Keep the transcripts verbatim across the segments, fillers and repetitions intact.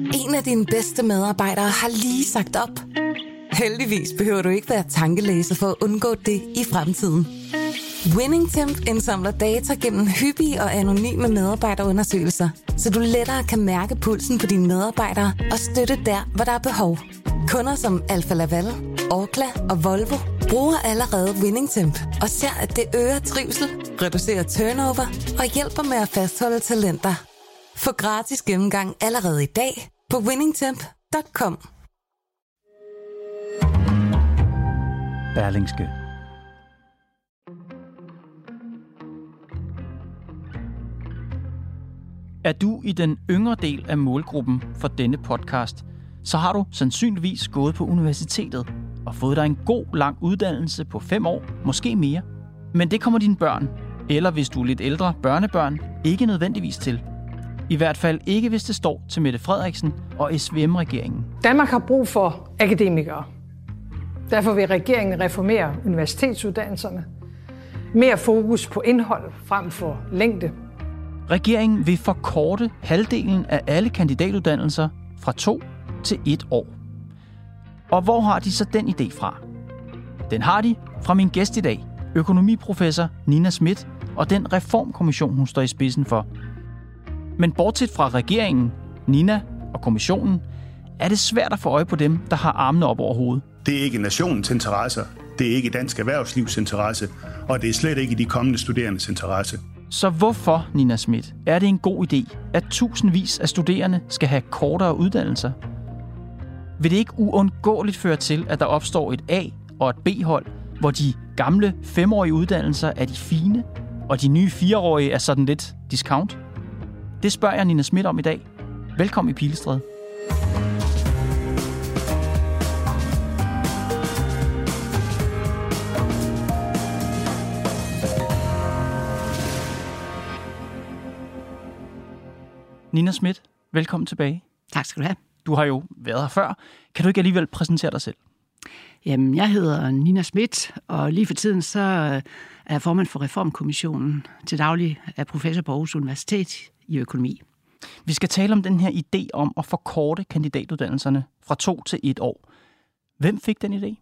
En af dine bedste medarbejdere har lige sagt op. Heldigvis behøver du ikke være tankelæser for at undgå det i fremtiden. WinningTemp indsamler data gennem hyppige og anonyme medarbejderundersøgelser, så du lettere kan mærke pulsen på dine medarbejdere og støtte der, hvor der er behov. Kunder som Alfa Laval, Orkla og Volvo bruger allerede WinningTemp og ser, at det øger trivsel, reducerer turnover og hjælper med at fastholde talenter. Få gratis gennemgang allerede i dag på winningtemp punktum com. Berlingske. Er du i den yngre del af målgruppen for denne podcast, så har du sandsynligvis gået på universitetet og fået dig en god, lang uddannelse på fem år, måske mere. Men det kommer dine børn, eller hvis du er lidt ældre, børnebørn, ikke nødvendigvis til. I hvert fald ikke, hvis det står til Mette Frederiksen og S V M-regeringen. Danmark har brug for akademikere. Derfor vil regeringen reformere universitetsuddannelserne. Mere fokus på indhold frem for længde. Regeringen vil forkorte halvdelen af alle kandidatuddannelser fra to til et år. Og hvor har de så den idé fra? Den har de fra min gæst i dag, økonomiprofessor Nina Smith og den reformkommission, hun står i spidsen for. Men bortset fra regeringen, Nina og kommissionen, er det svært at få øje på dem, der har armene op over hovedet. Det er ikke nationens interesser, det er ikke dansk erhvervslivs interesse, og det er slet ikke de kommende studerendes interesse. Så hvorfor, Nina Smith, er det en god idé, at tusindvis af studerende skal have kortere uddannelser? Vil det ikke uundgåeligt føre til, at der opstår et A- og et B-hold, hvor de gamle femårige uddannelser er de fine, og de nye fireårige er sådan lidt discount? Det spørger jeg Nina Smith om i dag. Velkommen i Pilestræde. Nina Smith, velkommen tilbage. Tak skal du have. Du har jo været her før. Kan du ikke alligevel præsentere dig selv? Jamen, jeg hedder Nina Smith, og lige for tiden så er jeg formand for Reformkommissionen. Til daglig er professor på Aarhus Universitet i økonomi. Vi skal tale om den her idé om at forkorte kandidatuddannelserne fra to til et år. Hvem fik den idé?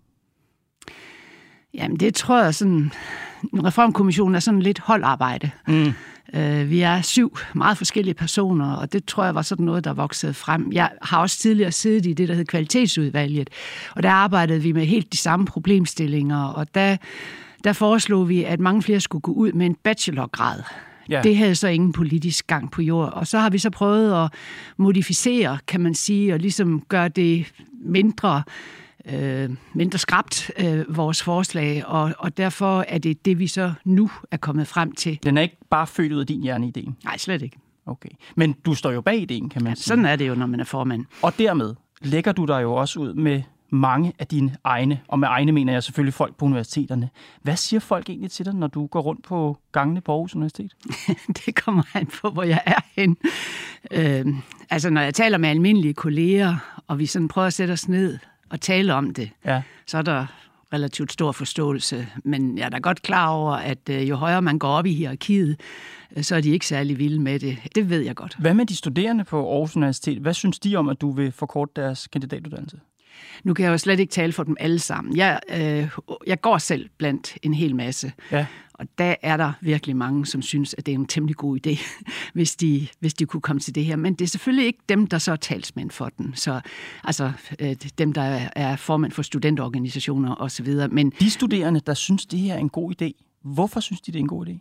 Jamen, det tror jeg sådan... Reformkommissionen er sådan lidt holdarbejde. Mm. Uh, vi er syv meget forskellige personer, og det tror jeg var sådan noget, der voksede frem. Jeg har også tidligere siddet i det, der hed kvalitetsudvalget, og der arbejdede vi med helt de samme problemstillinger, og der, der foreslog vi, at mange flere skulle gå ud med en bachelorgrad. Ja. Det havde så ingen politisk gang på jord, og så har vi så prøvet at modificere, kan man sige, og ligesom gøre det mindre... Øh, mindre skrapt øh, vores forslag, og, og derfor er det det, vi så nu er kommet frem til. Den er ikke bare født ud af din hjerneidé? Nej, slet ikke. Okay. Men du står jo bag ideen, kan man ja, sige. Sådan er det jo, når man er formand. Og dermed lægger du dig jo også ud med mange af dine egne, og med egne mener jeg selvfølgelig folk på universiteterne. Hvad siger folk egentlig til dig, når du går rundt på gangene på Aarhus Universitet? Det kommer an på, hvor jeg er hen. Øh, altså, når jeg taler med almindelige kolleger, og vi sådan prøver at sætte os ned og tale om det, ja. Så er der relativt stor forståelse. Men jeg er da godt klar over, at jo højere man går op i hierarkiet, så er de ikke særlig vilde med det. Det ved jeg godt. Hvad med de studerende på Aarhus Universitet? Hvad synes de om, at du vil forkorte deres kandidatuddannelse? Nu kan jeg jo slet ikke tale for dem alle sammen. Jeg, øh, jeg går selv blandt en hel masse. Ja. Og der er der virkelig mange, som synes, at det er en temmelig god idé, hvis de, hvis de kunne komme til det her. Men det er selvfølgelig ikke dem, der så er talsmænd for den. Så, altså øh, dem, der er formand for studenterorganisationer osv. Men de studerende, der synes, det her er en god idé, hvorfor synes de, det er en god idé?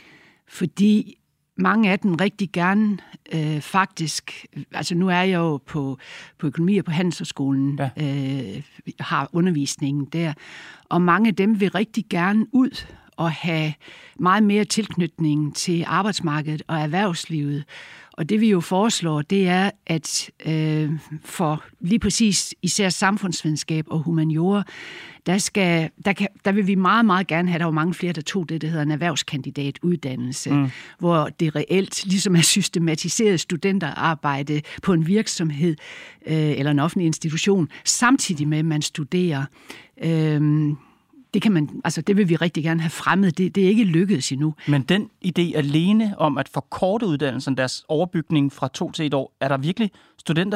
Fordi mange af dem rigtig gerne øh, faktisk, altså nu er jeg jo på, på økonomi og på Handelshøjskolen, ja. øh, har undervisningen der, og mange af dem vil rigtig gerne ud og have meget mere tilknytning til arbejdsmarkedet og erhvervslivet. Og det vi jo foreslår, det er, at øh, for lige præcis især samfundsvidenskab og humaniora, der, skal, der, kan, der vil vi meget, meget gerne have, der var mange flere, der tog det, der hedder en erhvervskandidatuddannelse, mm. hvor det reelt ligesom er systematiseret studenterarbejde på en virksomhed øh, eller en offentlig institution, samtidig med, at man studerer. Øh, Det kan man, altså det vil vi rigtig gerne have fremmet. Det, det er ikke lykkedes endnu. Men den idé alene om at forkorte uddannelsen, deres overbygning fra to til et år, er der virkelig studenter,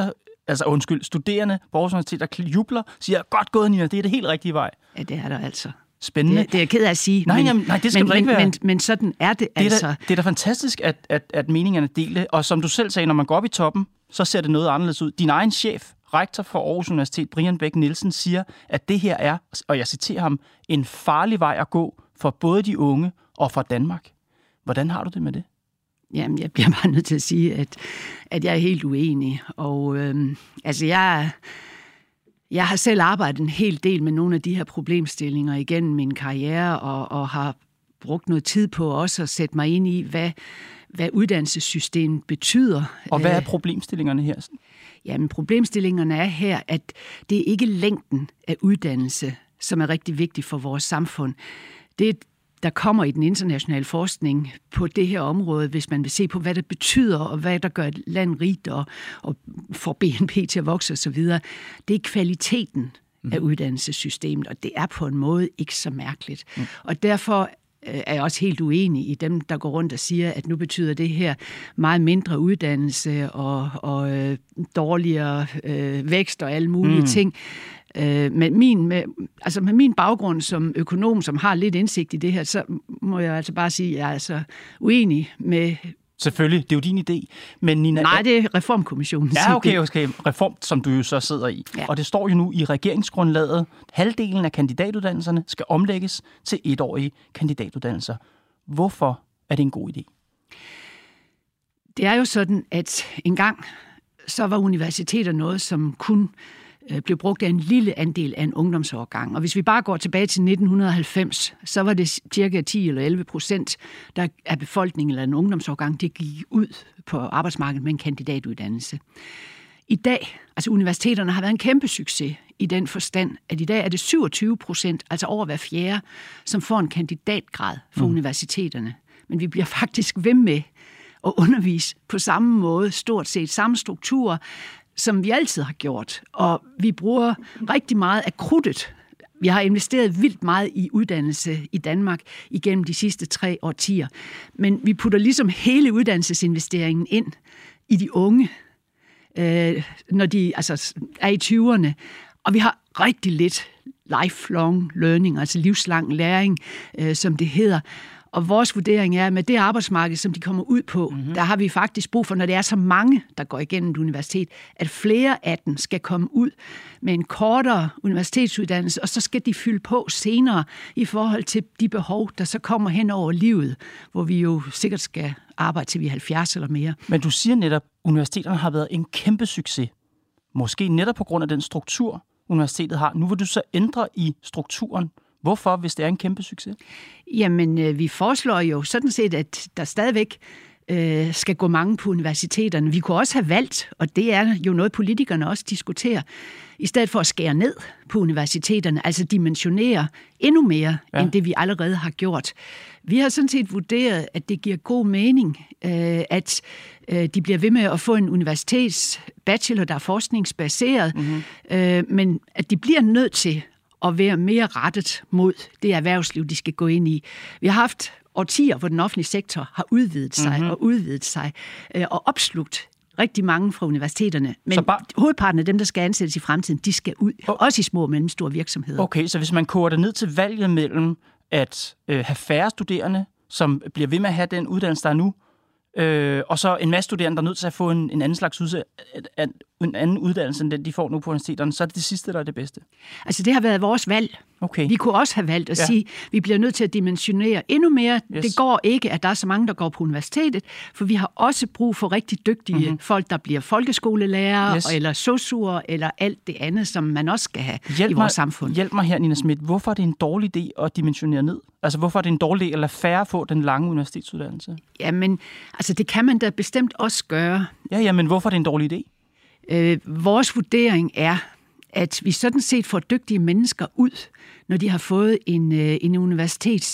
altså undskyld, studerende på Aarhus Universitet, der jubler, siger, godt gået, Nina, det er det helt rigtige vej. Ja, det er der altså. Spændende. Det, det er jeg ked af at sige. Nej, men, jamen, nej det skal men, du ikke men, være. Men, men sådan er det, det er altså. Da, det er da fantastisk, at, at, at meningerne deler. Og som du selv sagde, når man går op i toppen, så ser det noget anderledes ud. Din egen chef, rektor for Aarhus Universitet, Brian Bæk Nielsen, siger, at det her er, og jeg citerer ham, en farlig vej at gå for både de unge og for Danmark. Hvordan har du det med det? Jamen, jeg bliver bare nødt til at sige, at, at jeg er helt uenig. Og øhm, altså, jeg, jeg har selv arbejdet en hel del med nogle af de her problemstillinger igennem min karriere, og, og har brugt noget tid på også at sætte mig ind i, hvad, hvad uddannelsessystemet betyder. Og hvad er problemstillingerne her? Jamen, problemstillingerne er her, at det er ikke længden af uddannelse, som er rigtig vigtig for vores samfund. Det er der kommer i den internationale forskning på det her område, hvis man vil se på, hvad det betyder, og hvad der gør et land rigt, og, og får B N P til at vokse osv., det er kvaliteten mm. af uddannelsessystemet, og det er på en måde ikke så mærkeligt. Mm. Og derfor er jeg også helt uenig i dem, der går rundt og siger, at nu betyder det her meget mindre uddannelse og, og øh, dårligere øh, vækst og alle mulige mm. ting. Øh, med, min, med, altså med min baggrund som økonom, som har lidt indsigt i det her, så må jeg altså bare sige, at jeg er altså uenig med... Selvfølgelig, det er jo din idé. Men Nina, nej, det er Reformkommissionens ja, okay, okay. Reform, som du jo så sidder i. Ja. Og det står jo nu i regeringsgrundlaget, halvdelen af kandidatuddannelserne skal omlægges til etårige kandidatuddannelser. Hvorfor er det en god idé? Det er jo sådan, at engang så var universiteter noget, som kun blev brugt af en lille andel af en ungdomsårgang. Og hvis vi bare går tilbage til nitten halvfems, så var det cirka ti eller elleve procent der af befolkningen eller en ungdomsårgang, det gik ud på arbejdsmarkedet med en kandidatuddannelse. I dag, altså universiteterne har været en kæmpe succes i den forstand, at i dag er det syvogtyve procent, altså over hver fjerde, som får en kandidatgrad for mm. universiteterne. Men vi bliver faktisk ved med at undervise på samme måde, stort set samme strukturer, som vi altid har gjort. Og vi bruger rigtig meget af krudtet. Vi har investeret vildt meget i uddannelse i Danmark igennem de sidste tre årtier. Men vi putter ligesom hele uddannelsesinvesteringen ind i de unge, øh, når de altså, er i tyverne. Og vi har rigtig lidt lifelong learning, altså livslang læring, øh, som det hedder. Og vores vurdering er, at med det arbejdsmarked, som de kommer ud på, mm-hmm. der har vi faktisk brug for, når det er så mange, der går igennem et universitet, at flere af dem skal komme ud med en kortere universitetsuddannelse, og så skal de fylde på senere i forhold til de behov, der så kommer hen over livet, hvor vi jo sikkert skal arbejde til vi er halvfjerds eller mere. Men du siger netop, at universiteterne har været en kæmpe succes. Måske netop på grund af den struktur, universitetet har. Nu vil du så ændre i strukturen. Hvorfor, hvis det er en kæmpe succes? Jamen, vi foreslår jo sådan set, at der stadigvæk øh, skal gå mange på universiteterne. Vi kunne også have valgt, og det er jo noget, politikerne også diskuterer, i stedet for at skære ned på universiteterne, altså dimensionere endnu mere, ja. end det vi allerede har gjort. Vi har sådan set vurderet, at det giver god mening, øh, at øh, de bliver ved med at få en universitetsbachelor, der er forskningsbaseret, mm-hmm. øh, men at de bliver nødt til og være mere rettet mod det erhvervsliv, de skal gå ind i. Vi har haft årtier, hvor den offentlige sektor har udvidet sig mm-hmm. og udvidet sig øh, og opslugt rigtig mange fra universiteterne. Men bare... hovedparten af dem, der skal ansættes i fremtiden, de skal ud. Oh. Også i små og mellemstore virksomheder. Okay, så hvis man koger det ned til valget mellem at øh, have færre studerende, som bliver ved med at have den uddannelse, der er nu, øh, og så en masse studerende, der er nødt til at få en, en anden slags uddannelse, en anden uddannelse, end den, de får nu på universiteterne, så er det det sidste, der er det bedste. Altså, det har været vores valg. Okay. Vi kunne også have valgt at ja. sige, at vi bliver nødt til at dimensionere endnu mere. Yes. Det går ikke, at der er så mange, der går på universitetet, for vi har også brug for rigtig dygtige mm-hmm. folk, der bliver folkeskolelærere, yes. eller sosuer, eller alt det andet, som man også skal have hjælp i vores mig, samfund. Hjælp mig her, Nina Schmidt. Hvorfor er det en dårlig idé at dimensionere ned? Altså, hvorfor er det en dårlig idé at lade færre få den lange universitetsuddannelse? Jamen, altså, det kan man da bestemt også gøre. Ja, ja, men hvorfor er det en dårlig idé? Øh, vores vurdering er, at vi sådan set får dygtige mennesker ud, når de har fået en, øh, en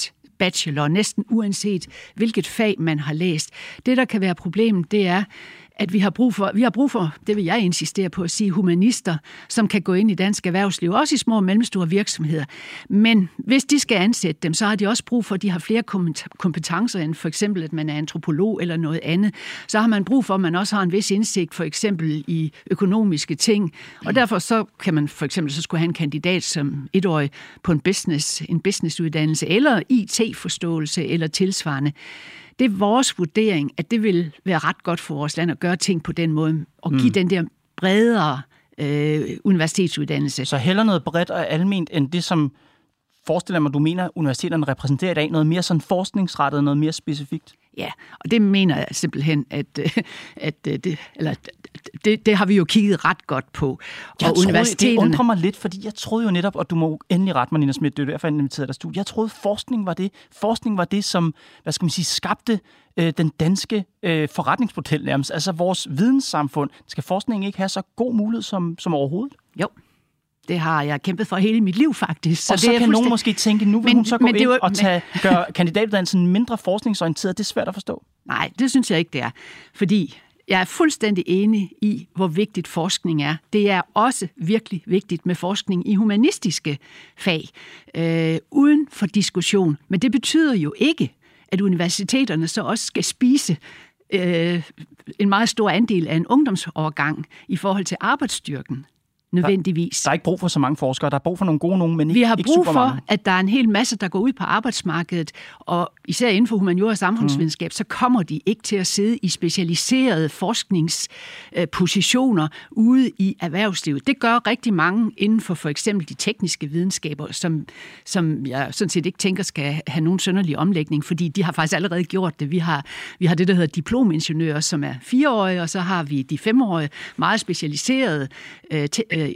universitetsbachelor, næsten uanset hvilket fag man har læst. Det, der kan være problemet, det er, at vi har brug for, vi har brug for, det vil jeg insistere på at sige, humanister, som kan gå ind i dansk erhvervsliv, også i små og mellemstore virksomheder. Men hvis de skal ansætte dem, så har de også brug for, at de har flere kompetencer end for eksempel, at man er antropolog eller noget andet. Så har man brug for, at man også har en vis indsigt for eksempel i økonomiske ting. Og derfor så kan man for eksempel så skulle have en kandidat som etårig på en business, en businessuddannelse eller I T-forståelse eller tilsvarende. Det er vores vurdering, at det vil være ret godt for vores land at gøre ting på den måde, og give mm. den der bredere øh, universitetsuddannelse. Så heller noget bredt og alment, end det, som forestiller mig, du mener, universiteterne repræsenterer i dag, noget mere sådan forskningsrettet, noget mere specifikt? Ja, og det mener jeg simpelthen, at, at det, eller, det, det har vi jo kigget ret godt på. Jeg og troede, universiteterne... Det undrer mig lidt, fordi jeg troede jo netop, og du må endelig rette mig, Nina Smith, det er derfor, jeg inviterede dig studie. Jeg troede, forskning var det, forskning var det som, hvad skal man sige, skabte øh, den danske øh, forretningsmodel nærmest. Altså vores videnssamfund. Skal forskningen ikke have så god mulighed som, som overhovedet? Jo. Det har jeg kæmpet for hele mit liv, faktisk. Så og så det kan nogen fuldstænd... måske tænke, nu vil men, hun så gå ind var... og tage, gøre kandidatuddannelsen mindre forskningsorienteret. Det er svært at forstå. Nej, det synes jeg ikke, det er. Fordi jeg er fuldstændig enig i, hvor vigtigt forskning er. Det er også virkelig vigtigt med forskning i humanistiske fag, øh, uden for diskussion. Men det betyder jo ikke, at universiteterne så også skal spise øh, en meget stor andel af en ungdomsårgang i forhold til arbejdsstyrken. Nødvendigvis. Der er ikke brug for så mange forskere. Der er brug for nogle gode nogen, men ikke, Vi har ikke brug super for, mange. at der er en hel masse, der går ud på arbejdsmarkedet, og især inden for humaniora og samfundsvidenskab, mm. så kommer de ikke til at sidde i specialiserede forskningspositioner ude i erhvervslivet. Det gør rigtig mange inden for for eksempel de tekniske videnskaber, som, som jeg sådan set ikke tænker skal have nogen sønderlig omlægning, fordi de har faktisk allerede gjort det. Vi har, vi har det, der hedder diplomingeniører, som er fireårige, og så har vi de femårige, meget specialiserede øh, te-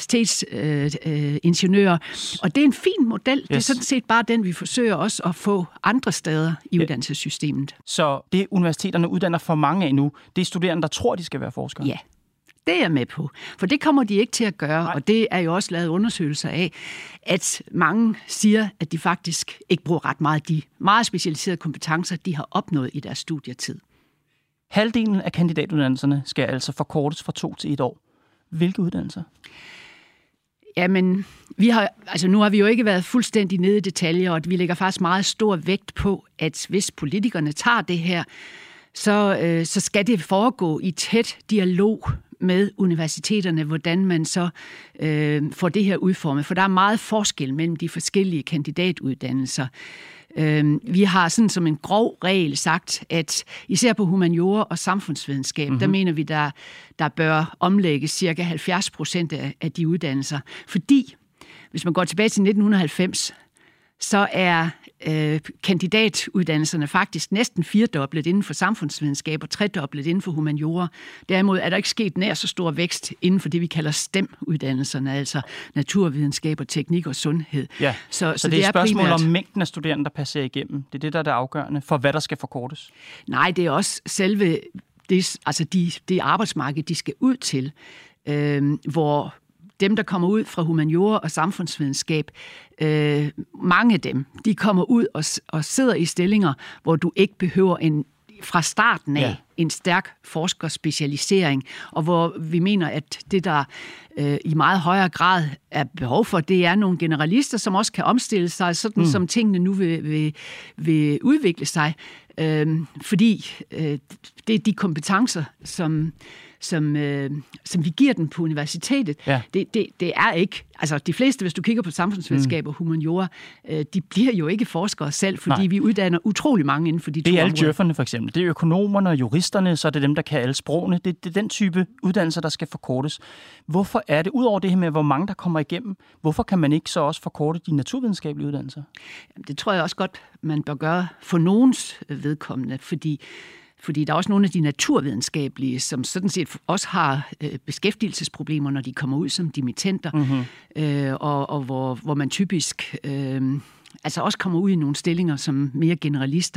universitetsingeniører, øh, øh, og det er en fin model. Yes. Det er sådan set bare den, vi forsøger også at få andre steder i ja. uddannelsessystemet. Så det universiteterne uddanner for mange af nu, det er studerende, der tror, de skal være forskere? Ja, det er jeg med på. For det kommer de ikke til at gøre, Nej. Og det er jo også lavet undersøgelser af, at mange siger, at de faktisk ikke bruger ret meget de meget specialiserede kompetencer, de har opnået i deres studietid. Halvdelen af kandidatuddannelserne skal altså forkortes fra to til et år. Hvilke uddannelser? Jamen, vi har, altså nu har vi jo ikke været fuldstændig nede i detaljer, og vi lægger faktisk meget stor vægt på, at hvis politikerne tager det her, så, øh, så skal det foregå i tæt dialog med universiteterne, hvordan man så øh, får det her udformet. For der er meget forskel mellem de forskellige kandidatuddannelser. Vi har sådan som en grov regel sagt, at især på humaniora og samfundsvidenskab, mm-hmm. der mener vi, der, der bør omlægges cirka halvfjerds procent af, af de uddannelser. Fordi, hvis man går tilbage til nitten halvfems, så er øh, kandidatuddannelserne faktisk næsten firedoblet inden for samfundsvidenskab og tredoblet inden for humaniora. Derimod er der ikke sket nær så stor vækst inden for det, vi kalder STEM-uddannelserne, altså naturvidenskab og teknik og sundhed. Ja, så, så, så det, det er et spørgsmål primært om mængden af studerende, der passerer igennem. Det er det, der er det afgørende for, hvad der skal forkortes? Nej, det er også selve det, altså de, det arbejdsmarked, de skal ud til, øh, hvor dem, der kommer ud fra humaniora og samfundsvidenskab, øh, mange af dem, de kommer ud og, og sidder i stillinger, hvor du ikke behøver en fra starten af ja. en stærk forskerspecialisering, og hvor vi mener, at det, der øh, i meget højere grad er behov for, det er nogle generalister, som også kan omstille sig, sådan mm. som tingene nu vil, vil, vil udvikle sig. Øh, fordi øh, det er de kompetencer, som Som, øh, som vi giver den på universitetet, ja. det, det, det er ikke... Altså, de fleste, hvis du kigger på samfundsvidenskab mm. og humaniora, øh, de bliver jo ikke forskere selv, fordi Nej. vi uddanner utrolig mange inden for de to områder. Det er alle djøfferne for eksempel. Det er økonomerne og juristerne, så er det dem, der kan alle sprogene. Det, det er den type uddannelser, der skal forkortes. Hvorfor er det, udover det her med, hvor mange der kommer igennem, hvorfor kan man ikke så også forkorte de naturvidenskabelige uddannelser? Jamen, det tror jeg også godt, man bør gøre for nogens vedkommende, fordi Fordi der er også nogle af de naturvidenskabelige, som sådan set også har øh, beskæftigelsesproblemer, når de kommer ud som dimittenter, mm-hmm. øh, og, og hvor, hvor man typisk øh, altså også kommer ud i nogle stillinger som mere generalister.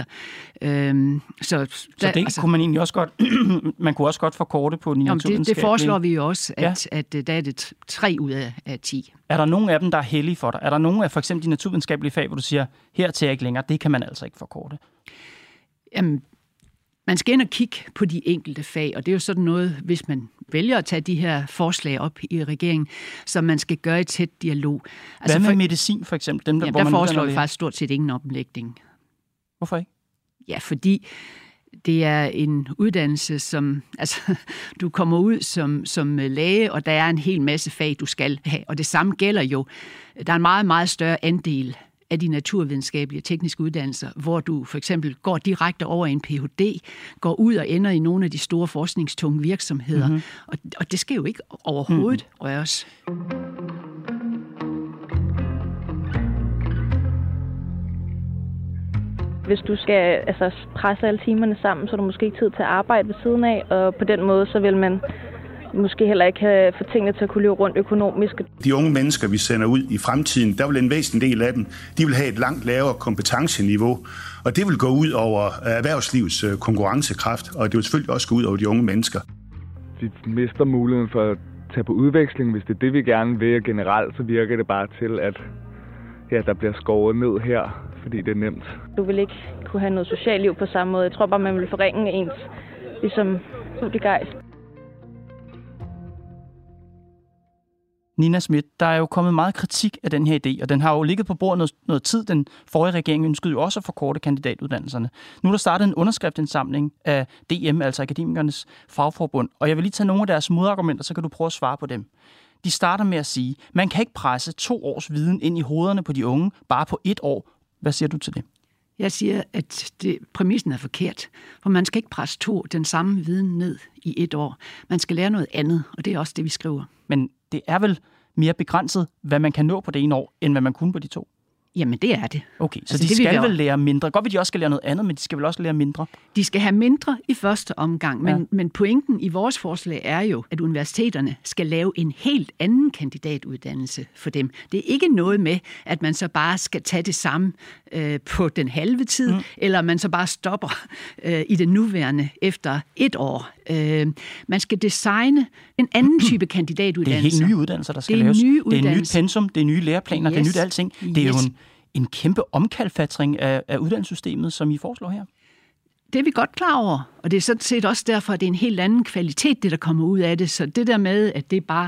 Øh, så der, så det altså, kunne man egentlig også godt, man kunne også godt forkorte på de naturvidenskabelige? Det, det foreslår vi jo også, at, ja. at, at der er det tre ud af, af ti. Er der nogen af dem, der er hellige for dig? Er der nogen af for eksempel de naturvidenskabelige fag, hvor du siger, her til ikke længere, det kan man altså ikke forkorte? Jamen, Man skal ind og kigge på de enkelte fag, og det er jo sådan noget, hvis man vælger at tage de her forslag op i regeringen, som man skal gøre i tæt dialog. Altså, hvad med for, medicin for eksempel? Dem, der, jamen, hvor der man foreslår vi faktisk stort set ingen omlægning. Hvorfor ikke? Ja, fordi det er en uddannelse, som altså, du kommer ud som, som læge, og der er en hel masse fag, du skal have. Og det samme gælder jo. Der er en meget, meget større andel af de naturvidenskabelige og tekniske uddannelser, hvor du for eksempel går direkte over en P H D, går ud og ender i nogle af de store forskningstunge virksomheder. Mm-hmm. Og, og det skal jo ikke overhovedet mm. røres. Hvis du skal altså, presse alle timerne sammen, så er der måske ikke tid til at arbejde ved siden af, og på den måde så vil man måske heller ikke have få tingene til at kunne løbe rundt økonomisk. De unge mennesker, vi sender ud i fremtiden, der vil en væsentlig del af dem, de vil have et langt lavere kompetenceniveau, og det vil gå ud over erhvervslivets konkurrencekraft, og det vil selvfølgelig også gå ud over de unge mennesker. Vi mister muligheden for at tage på udveksling, hvis det er det, vi gerne vil, og generelt så virker det bare til, at ja, der bliver skåret ned her, fordi det er nemt. Du vil ikke kunne have noget socialt liv på samme måde. Jeg tror bare, man vil forringe ens ligesom studiegejst. Nina Smith, der er jo kommet meget kritik af den her idé, og den har jo ligget på bordet noget, noget tid. Den forrige regering ønskede jo også at forkorte kandidatuddannelserne. Nu er der startet en underskriftindsamling af D M, altså Akademikernes Fagforbund, og jeg vil lige tage nogle af deres modargumenter, så kan du prøve at svare på dem. De starter med at sige, man kan ikke presse to års viden ind i hovederne på de unge bare på et år. Hvad siger du til det? Jeg siger, at det, præmissen er forkert, for man skal ikke presse to den samme viden ned i et år. Man skal lære noget andet, og det er også det, vi skriver. Men det er vel mere begrænset, hvad man kan nå på det ene år, end hvad man kunne på de to? Jamen, det er det. Okay, så altså, de skal vel lære mindre. Godt, at de også skal lære noget andet, men de skal vel også lære mindre? De skal have mindre i første omgang, men, ja. men pointen i vores forslag er jo, at universiteterne skal lave en helt anden kandidatuddannelse for dem. Det er ikke noget med, at man så bare skal tage det samme øh, på den halve tid, mm. eller man så bare stopper øh, i det nuværende efter et år. Øh, man skal designe en anden type kandidatuddannelse. Det er helt nye uddannelser, der skal laves. Det er nyt pensum, det er nye læreplaner, yes. det er nyt alting. Det er yes. jo en en kæmpe omkalfatring af, af uddannelsessystemet, som I foreslår her? Det er vi godt klar over, og det er sådan set også derfor, at det er en helt anden kvalitet, det der kommer ud af det. Så det der med, at det er bare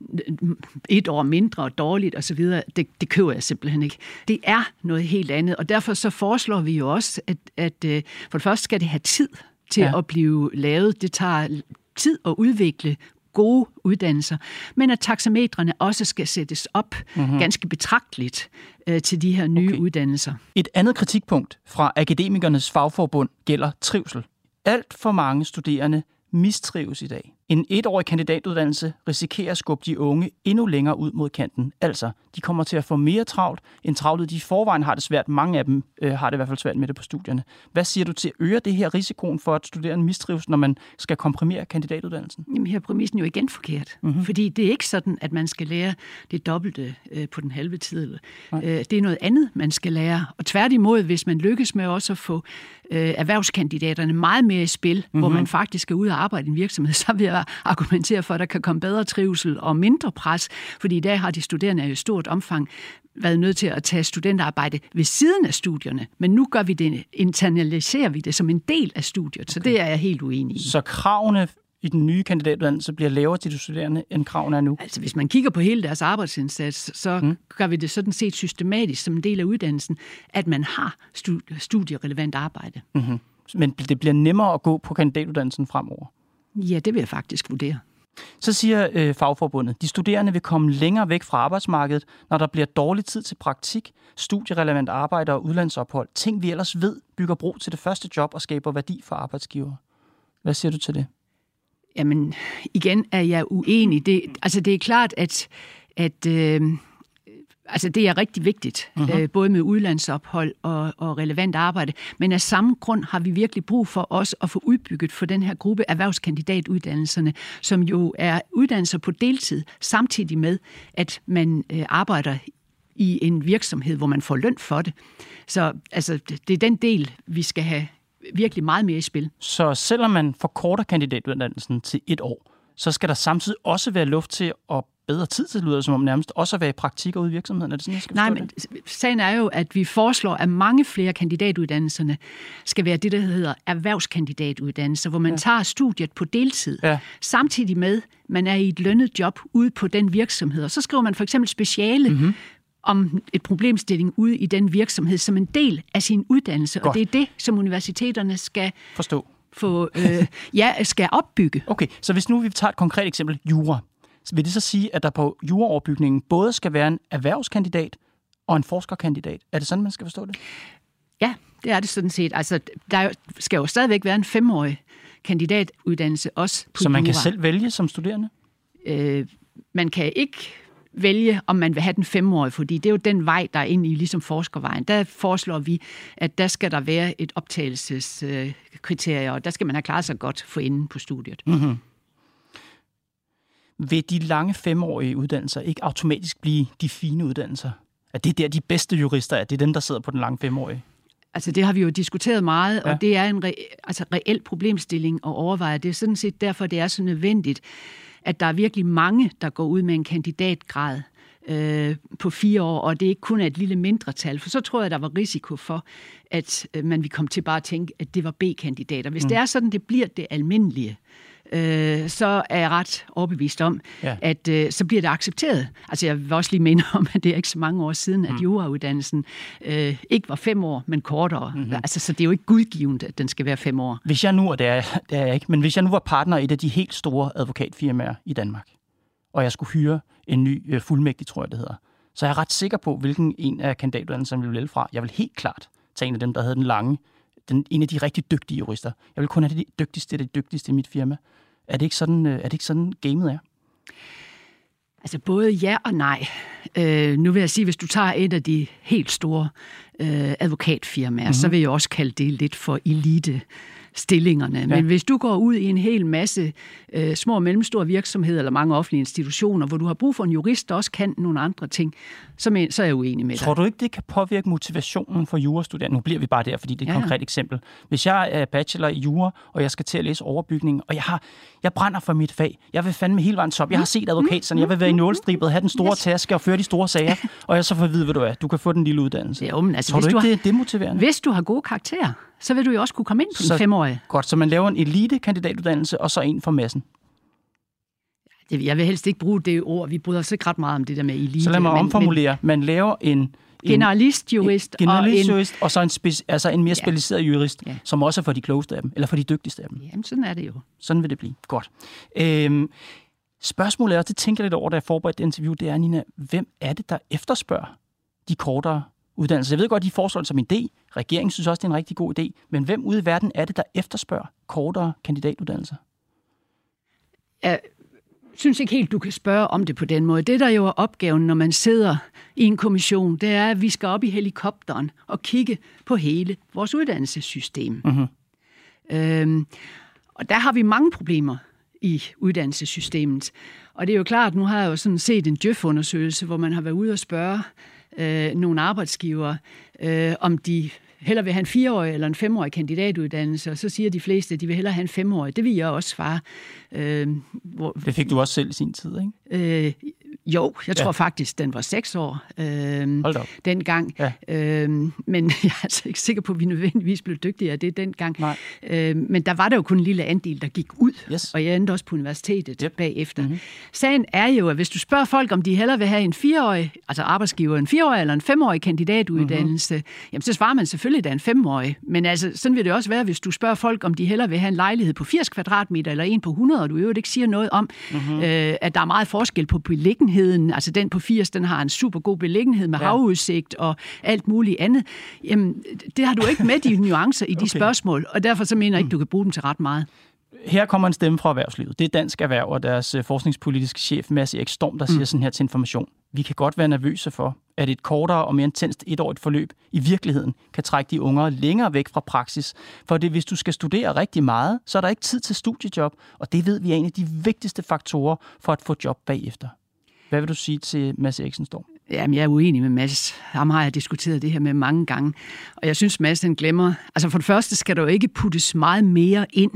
et år mindre og dårligt osv., det, det køber jeg simpelthen ikke. Det er noget helt andet, og derfor så foreslår vi jo også, at, at for det første skal det have tid til ja. at blive lavet. Det tager tid at udvikle gode uddannelser, men at taxametrene også skal sættes op mm-hmm. ganske betragteligt øh, til de her nye okay. uddannelser. Et andet kritikpunkt fra Akademikernes Fagforbund gælder trivsel. Alt for mange studerende mistrives i dag. En etårig kandidatuddannelse risikerer at skubbe de unge endnu længere ud mod kanten. Altså, de kommer til at få mere travlt end travlet. De i forvejen har det svært. Mange af dem øh, har det i hvert fald svært med det på studierne. Hvad siger du til at øge det her risikoen for, at studerende mistrives, når man skal komprimere kandidatuddannelsen? Jamen her er præmissen jo igen forkert. Mm-hmm. Fordi det er ikke sådan, at man skal lære det dobbelte øh, på den halve tid. Øh, det er noget andet, man skal lære. Og tværtimod, hvis man lykkes med også at få øh, erhvervskandidaterne meget mere i spil, mm-hmm. hvor man faktisk skal ud og arbejde i en virksomhed, så vil jeg argumentere for, at der kan komme bedre trivsel og mindre pres, fordi i dag har de studerende i stort omfang været nødt til at tage studentarbejde ved siden af studierne, men nu gør vi det, internaliserer vi det som en del af studiet, så okay. det er jeg helt uenig i. Så kravene i den nye kandidatuddannelse bliver lavere til de studerende, end kravene er nu? Altså hvis man kigger på hele deres arbejdsindsats, så mm. gør vi det sådan set systematisk som en del af uddannelsen, at man har studierelevant arbejde. Mm-hmm. Men det bliver nemmere at gå på kandidatuddannelsen fremover? Ja, det vil jeg faktisk vurdere. Så siger øh, fagforbundet, de studerende vil komme længere væk fra arbejdsmarkedet, når der bliver dårlig tid til praktik, studierelevant arbejde og udlandsophold. Ting, vi ellers ved, bygger bro til det første job og skaber værdi for arbejdsgiver. Hvad siger du til det? Jamen, igen er jeg uenig. Det, altså, det er klart, at, at øh, altså, det er rigtig vigtigt, uh-huh. øh, både med udlandsophold og, og relevant arbejde. Men af samme grund har vi virkelig brug for os at få udbygget for den her gruppe erhvervskandidatuddannelserne, som jo er uddannelser på deltid, samtidig med, at man øh, arbejder i en virksomhed, hvor man får løn for det. Så altså, det er den del, vi skal have virkelig meget mere i spil. Så selvom man forkorter kandidatuddannelsen til et år, så skal der samtidig også være luft til at bedre tid til, lyder som om nærmest, også at være i praktik og ude i virksomheden. Er det sådan, jeg skal Nej, forstå men det? sagen er jo, at vi foreslår, at mange flere kandidatuddannelserne skal være det, der hedder erhvervskandidatuddannelser, hvor man ja. tager studiet på deltid, ja. samtidig med, man er i et lønnet job ude på den virksomhed. Og så skriver man for eksempel speciale mm-hmm. om et problemstilling ude i den virksomhed som en del af sin uddannelse. Godt. Og det er det, som universiteterne skal forstå. Få, øh, ja, skal opbygge. Okay, så hvis nu vi tager et konkret eksempel, jura, så vil det så sige, at der på juraoverbygningen både skal være en erhvervskandidat og en forskerkandidat? Er det sådan, man skal forstå det? Ja, det er det sådan set. Altså, der skal jo stadigvæk være en femårig kandidatuddannelse også på Så man jura. kan selv vælge som studerende? Øh, man kan ikke vælge, om man vil have den femårige, fordi det er jo den vej, der er ind i ligesom forskervejen. Der foreslår vi, at der skal der være et optagelseskriterie, og der skal man have klaret sig godt for enden på studiet. Mm-hmm. Vil de lange femårige uddannelser ikke automatisk blive de fine uddannelser? At det er der, de bedste jurister er? Det er dem, der sidder på den lange femårige? Altså, det har vi jo diskuteret meget, ja. og det er en re- altså, reel problemstilling at overveje. Det er sådan set derfor, det er så nødvendigt, at der er virkelig mange, der går ud med en kandidatgrad øh, på fire år, og det ikke kun er et lille mindretal, for så tror jeg, der var risiko for, at øh, man vil komme til bare at tænke, at det var B-kandidater. Hvis mm. det er sådan, det bliver det almindelige, øh, så er jeg ret overbevist om, ja. at øh, så bliver det accepteret. Altså jeg vil også lige minde om, at det er ikke så mange år siden, at mm. jurauddannelsen øh, ikke var fem år, men kortere. Mm-hmm. Altså, så det er jo ikke gudgivent, at den skal være fem år. Hvis jeg nu, og det er, det er jeg ikke, men hvis jeg nu var partner i et af de helt store advokatfirmaer i Danmark, og jeg skulle hyre en ny øh, fuldmægtig, tror jeg det hedder, så er jeg ret sikker på, hvilken en af kandidatuddannelserne jeg vil vælge fra. Jeg vil helt klart tage en af dem, der havde den lange, den, en af de rigtig dygtige jurister. Jeg vil kun have de dygtigste, de dygtigste i mit firma. Er det ikke sådan, er det ikke sådan gamet er? Altså både ja og nej. Øh, nu vil jeg sige, hvis du tager et af de helt store øh, advokatfirmaer, mm-hmm. så vil jeg også kalde det lidt for elite stillingerne. Ja. Men hvis du går ud i en hel masse øh, små og mellemstore virksomheder eller mange offentlige institutioner, hvor du har brug for en jurist, der også kan nogle andre ting, så, men, så er jeg uenig med dig. Tror du ikke, det kan påvirke motivationen for jurastuderende? Nu bliver vi bare der, fordi det er et ja. konkret eksempel. Hvis jeg er bachelor i jura, og jeg skal til at læse overbygningen, og jeg har jeg brænder for mit fag, jeg vil fandme hele vejen op, jeg har set advokaterne, jeg vil være i nålestribet, have den store yes. taske og føre de store sager, og jeg så får at vide, hvad du er. Du kan få den lille uddannelse. Jo, men altså, tror du ikke, du har, det er demotiverende? Hvis du har gode karakterer, så vil du jo også kunne komme ind på den femårige. Godt, så man laver en elite-kandidatuddannelse, og så en for massen. Jeg vil helst ikke bruge det ord. Vi bryder os ikke ret meget om det der med elite. Så lad mig men, omformulere. Man laver en generalist-jurist, generalist-jurist og, og så en, speci- altså en mere ja. specialiseret jurist, ja. som også er for de klogeste af dem, eller for de dygtigste af dem. Jamen, sådan er det jo. Sådan vil det blive. Godt. Øhm, spørgsmålet er, det tænker jeg lidt over, da jeg forberedte det interview, det er, Nina, hvem er det, der efterspørger de kortere uddannelser? Jeg ved godt, de foreslår det som en idé. Regeringen synes også, det er en rigtig god idé. Men hvem ude i verden er det, der efterspørger kortere kandidatuddannelser? Jeg synes ikke helt, du kan spørge om det på den måde. Det, der jo er opgaven, når man sidder i en kommission, det er, at vi skal op i helikopteren og kigge på hele vores uddannelsessystem. Mm-hmm. Øhm, og der har vi mange problemer i uddannelsessystemet. Og det er jo klart, nu har jeg jo sådan set en Djøf-undersøgelse, hvor man har været ude og spørge øh, nogle arbejdsgivere, øh, om de hellere vil have en fireårig eller en femårig kandidatuddannelse, og så siger de fleste, at de vil hellere have en femårig. Det vil jeg også svare. Øh, hvor, det fik du også selv i sin tid, ikke? Øh, jo, jeg tror ja. faktisk, den var seks år øh, dengang. Ja. Øh, men jeg er altså ikke sikker på, at vi nødvendigvis blev dygtigere af det dengang. Øh, men der var der jo kun en lille andel, der gik ud, yes. og jeg endte også på universitetet yep. bagefter. Mm-hmm. Sagen er jo, at hvis du spørger folk, om de hellere vil have en fireårig, altså arbejdsgiver, en fireårig eller en femårig kandidatuddannelse, mm-hmm. jamen så svarer man selvfølgelig, at det er en femårig. Men altså, sådan vil det også være, hvis du spørger folk, om de hellere vil have en lejlighed på firs kvadratmeter eller en på hundrede, og du jo ikke siger noget om, mm-hmm. øh, at der er meget forskel på beliggenheden. Altså den på firs, den har en super god beliggenhed med ja. havudsigt og alt muligt andet. Jamen, det har du ikke med de nuancer i de okay. spørgsmål, og derfor så mener jeg ikke, du kan bruge dem til ret meget. Her kommer en stemme fra erhvervslivet. Det er Dansk Erhverv og deres forskningspolitiske chef, Mads Erik Storm, der siger mm. sådan her til Information. Vi kan godt være nervøse for, at et kortere og mere intenst etårigt forløb i virkeligheden kan trække de unge længere væk fra praksis. For det, hvis du skal studere rigtig meget, så er der ikke tid til studiejob, og det ved vi er en af de vigtigste faktorer for at få job bagefter. Hvad vil du sige til Mads Eriksen Storm? Jamen, jeg er uenig med Mads. Ham har jeg diskuteret det her med mange gange. Og jeg synes, Mads han glemmer... Altså for det første skal der jo ikke puttes meget mere ind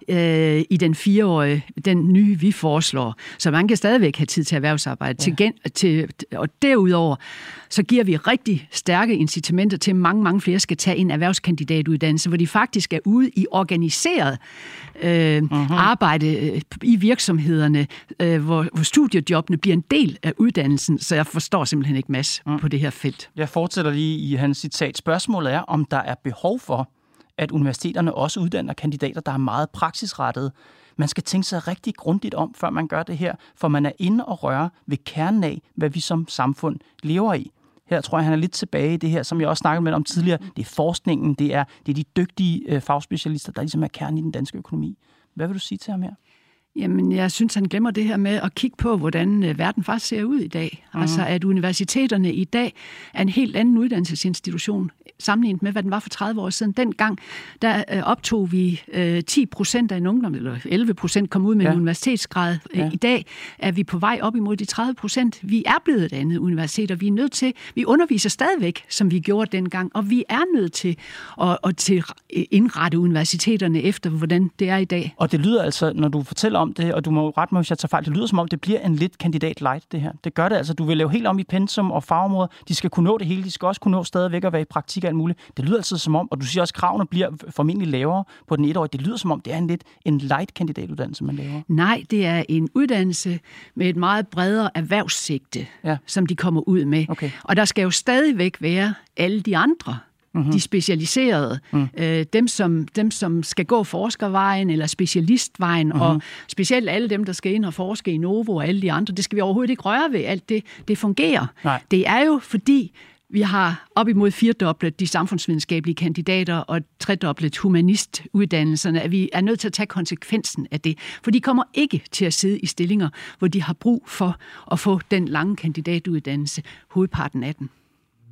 øh, i den fireårige, den nye, vi foreslår. Så man kan stadigvæk have tid til erhvervsarbejde. Ja. Til gen, til, og derudover, så giver vi rigtig stærke incitamenter til, at mange, mange flere skal tage en erhvervskandidatuddannelse, hvor de faktisk er ude i organiseret øh, uh-huh. arbejde øh, i virksomhederne, øh, hvor, hvor studiejobbene bliver en del af uddannelsen. Så jeg forstår simpelthen ikke Mads mm. på det her felt. Jeg fortsætter lige i hans citat. Spørgsmålet er, om der er behov for, at universiteterne også uddanner kandidater, der er meget praksisrettede. Man skal tænke sig rigtig grundigt om, før man gør det her, for man er inde og røre ved kernen af, hvad vi som samfund lever i. Her tror jeg, han er lidt tilbage i det her, som jeg også snakkede med om tidligere. Det er forskningen, det er, det er de dygtige øh, fagspecialister, der ligesom er kernen i den danske økonomi. Hvad vil du sige til ham her? Jamen, jeg synes, han glemmer det her med at kigge på, hvordan øh, verden faktisk ser ud i dag. Mm. Altså, at universiteterne i dag er en helt anden uddannelsesinstitution, sammenlignet med, hvad den var for tredive år siden. Dengang, der øh, optog vi øh, ti procent af en ungdom, eller elleve procent kom ud med ja. en universitetsgrad. Ja. I dag er vi på vej op imod de tredive procent. Vi er blevet et andet universitet, og vi er nødt til, vi underviser stadigvæk, som vi gjorde dengang, og vi er nødt til at, at til indrette universiteterne efter, hvordan det er i dag. Og det lyder altså, når du fortæller om det, og du må rette mig, hvis jeg tager fejl, det lyder som om, det bliver en lidt kandidat light, det her. Det gør det altså. Du vil lave helt om i pensum og fagområder. De skal kunne nå det hele. De skal også kunne nå stadigvæk at være i praktik og alt muligt. Det lyder altså som om, og du siger også, at kravene bliver formentlig lavere på den etårige. Det lyder som om, det er en lidt en light kandidatuddannelse, man laver. Nej, det er en uddannelse med et meget bredere erhvervssigte, ja. som de kommer ud med. Okay. Og der skal jo stadigvæk være alle de andre, Mm-hmm. de specialiserede, mm. øh, dem, som, dem som skal gå forskervejen eller specialistvejen, mm-hmm. og specielt alle dem, der skal ind og forske i Novo og alle de andre, det skal vi overhovedet ikke røre ved. Alt det, det fungerer. Nej. Det er jo fordi, vi har op imod firedoblet de samfundsvidenskabelige kandidater og tredoblet humanistuddannelserne, at vi er nødt til at tage konsekvensen af det. For de kommer ikke til at sidde i stillinger, hvor de har brug for at få den lange kandidatuddannelse, hovedparten af den.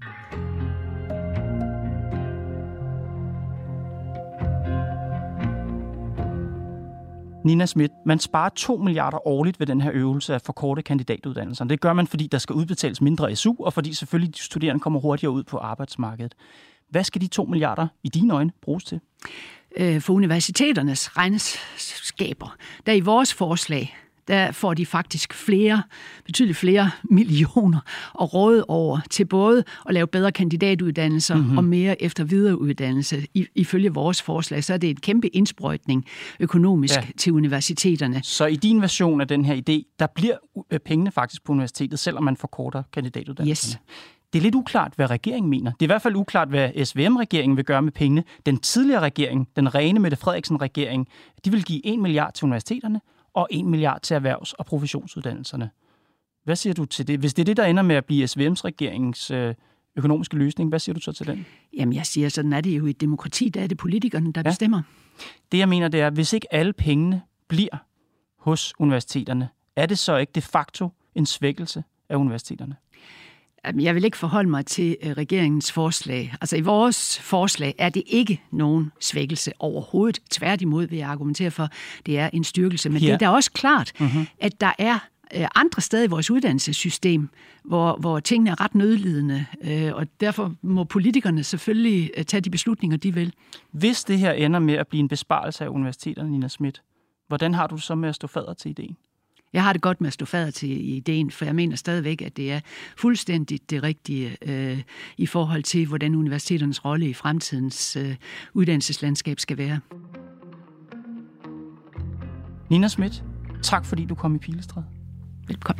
Nina Smith, man sparer to milliarder årligt ved den her øvelse af forkorte kandidatuddannelser. Det gør man, fordi der skal udbetales mindre S U, og fordi selvfølgelig de studerende kommer hurtigere ud på arbejdsmarkedet. Hvad skal de to milliarder i dine øjne bruges til? For universiteternes regnskaber, der i vores forslag, der får de faktisk flere, betydeligt flere millioner at råde over til både at lave bedre kandidatuddannelser mm-hmm. og mere efter videreuddannelse. I, ifølge vores forslag, så er det en kæmpe indsprøjtning økonomisk ja. til universiteterne. Så i din version af den her idé, der bliver pengene faktisk på universitetet, selvom man forkorter kandidatuddannelserne? Yes. Det er lidt uklart, hvad regeringen mener. Det er i hvert fald uklart, hvad S V M-regeringen vil gøre med pengene. Den tidligere regering, den rene Mette Frederiksen-regering, de vil give en milliard til universiteterne, og en milliard til erhvervs- og professionsuddannelserne. Hvad siger du til det? Hvis det er det, der ender med at blive S V M's regeringens øh, økonomiske løsning, hvad siger du så til den? Jamen, jeg siger, sådan er det jo i et demokrati, der er det politikerne, der ja. bestemmer. Det, jeg mener, det er, hvis ikke alle pengene bliver hos universiteterne, er det så ikke de facto en svækkelse af universiteterne? Jeg vil ikke forholde mig til regeringens forslag. Altså i vores forslag er det ikke nogen svækkelse overhovedet. Tværtimod vil jeg argumentere for, det er en styrkelse. Men ja. det er da også klart, mm-hmm. at der er andre steder i vores uddannelsessystem, hvor, hvor tingene er ret nødlidende, og derfor må politikerne selvfølgelig tage de beslutninger, de vil. Hvis det her ender med at blive en besparelse af universiteterne, Nina Smith, hvordan har du så med at stå fader til ideen? Jeg har det godt med at stå fader til ideen, for jeg mener stadigvæk, at det er fuldstændig det rigtige øh, i forhold til, hvordan universiteternes rolle i fremtidens øh, uddannelseslandskab skal være. Nina Smith, tak fordi du kom i Pilestræde. Velkommen.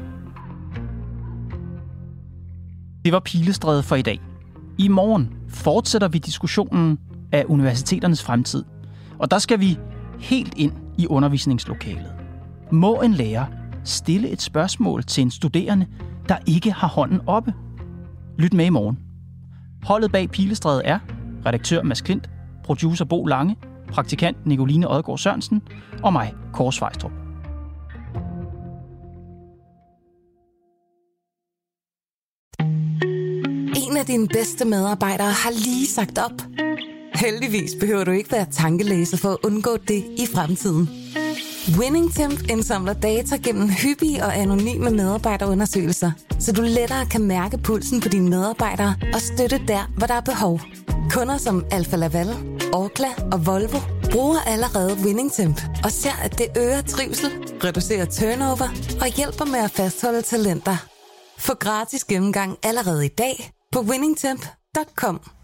Det var Pilestræde for i dag. I morgen fortsætter vi diskussionen af universiteternes fremtid. Og der skal vi helt ind i undervisningslokalet. Må en lærer stille et spørgsmål til en studerende, der ikke har hånden oppe? Lyt med i morgen. Holdet bag Pilestræde er redaktør Mads Klint, producer Bo Lange, praktikant Nicoline Odgaard Sørensen og mig, Kåre Svejstrup. En af dine bedste medarbejdere har lige sagt op. Heldigvis behøver du ikke være tankelæser for at undgå det i fremtiden. WinningTemp indsamler data gennem hyppige og anonyme medarbejderundersøgelser, så du lettere kan mærke pulsen på dine medarbejdere og støtte der, hvor der er behov. Kunder som Alfa Laval, Orkla og Volvo bruger allerede WinningTemp og ser, at det øger trivsel, reducerer turnover og hjælper med at fastholde talenter. Få gratis gennemgang allerede i dag på winningtemp punktum com.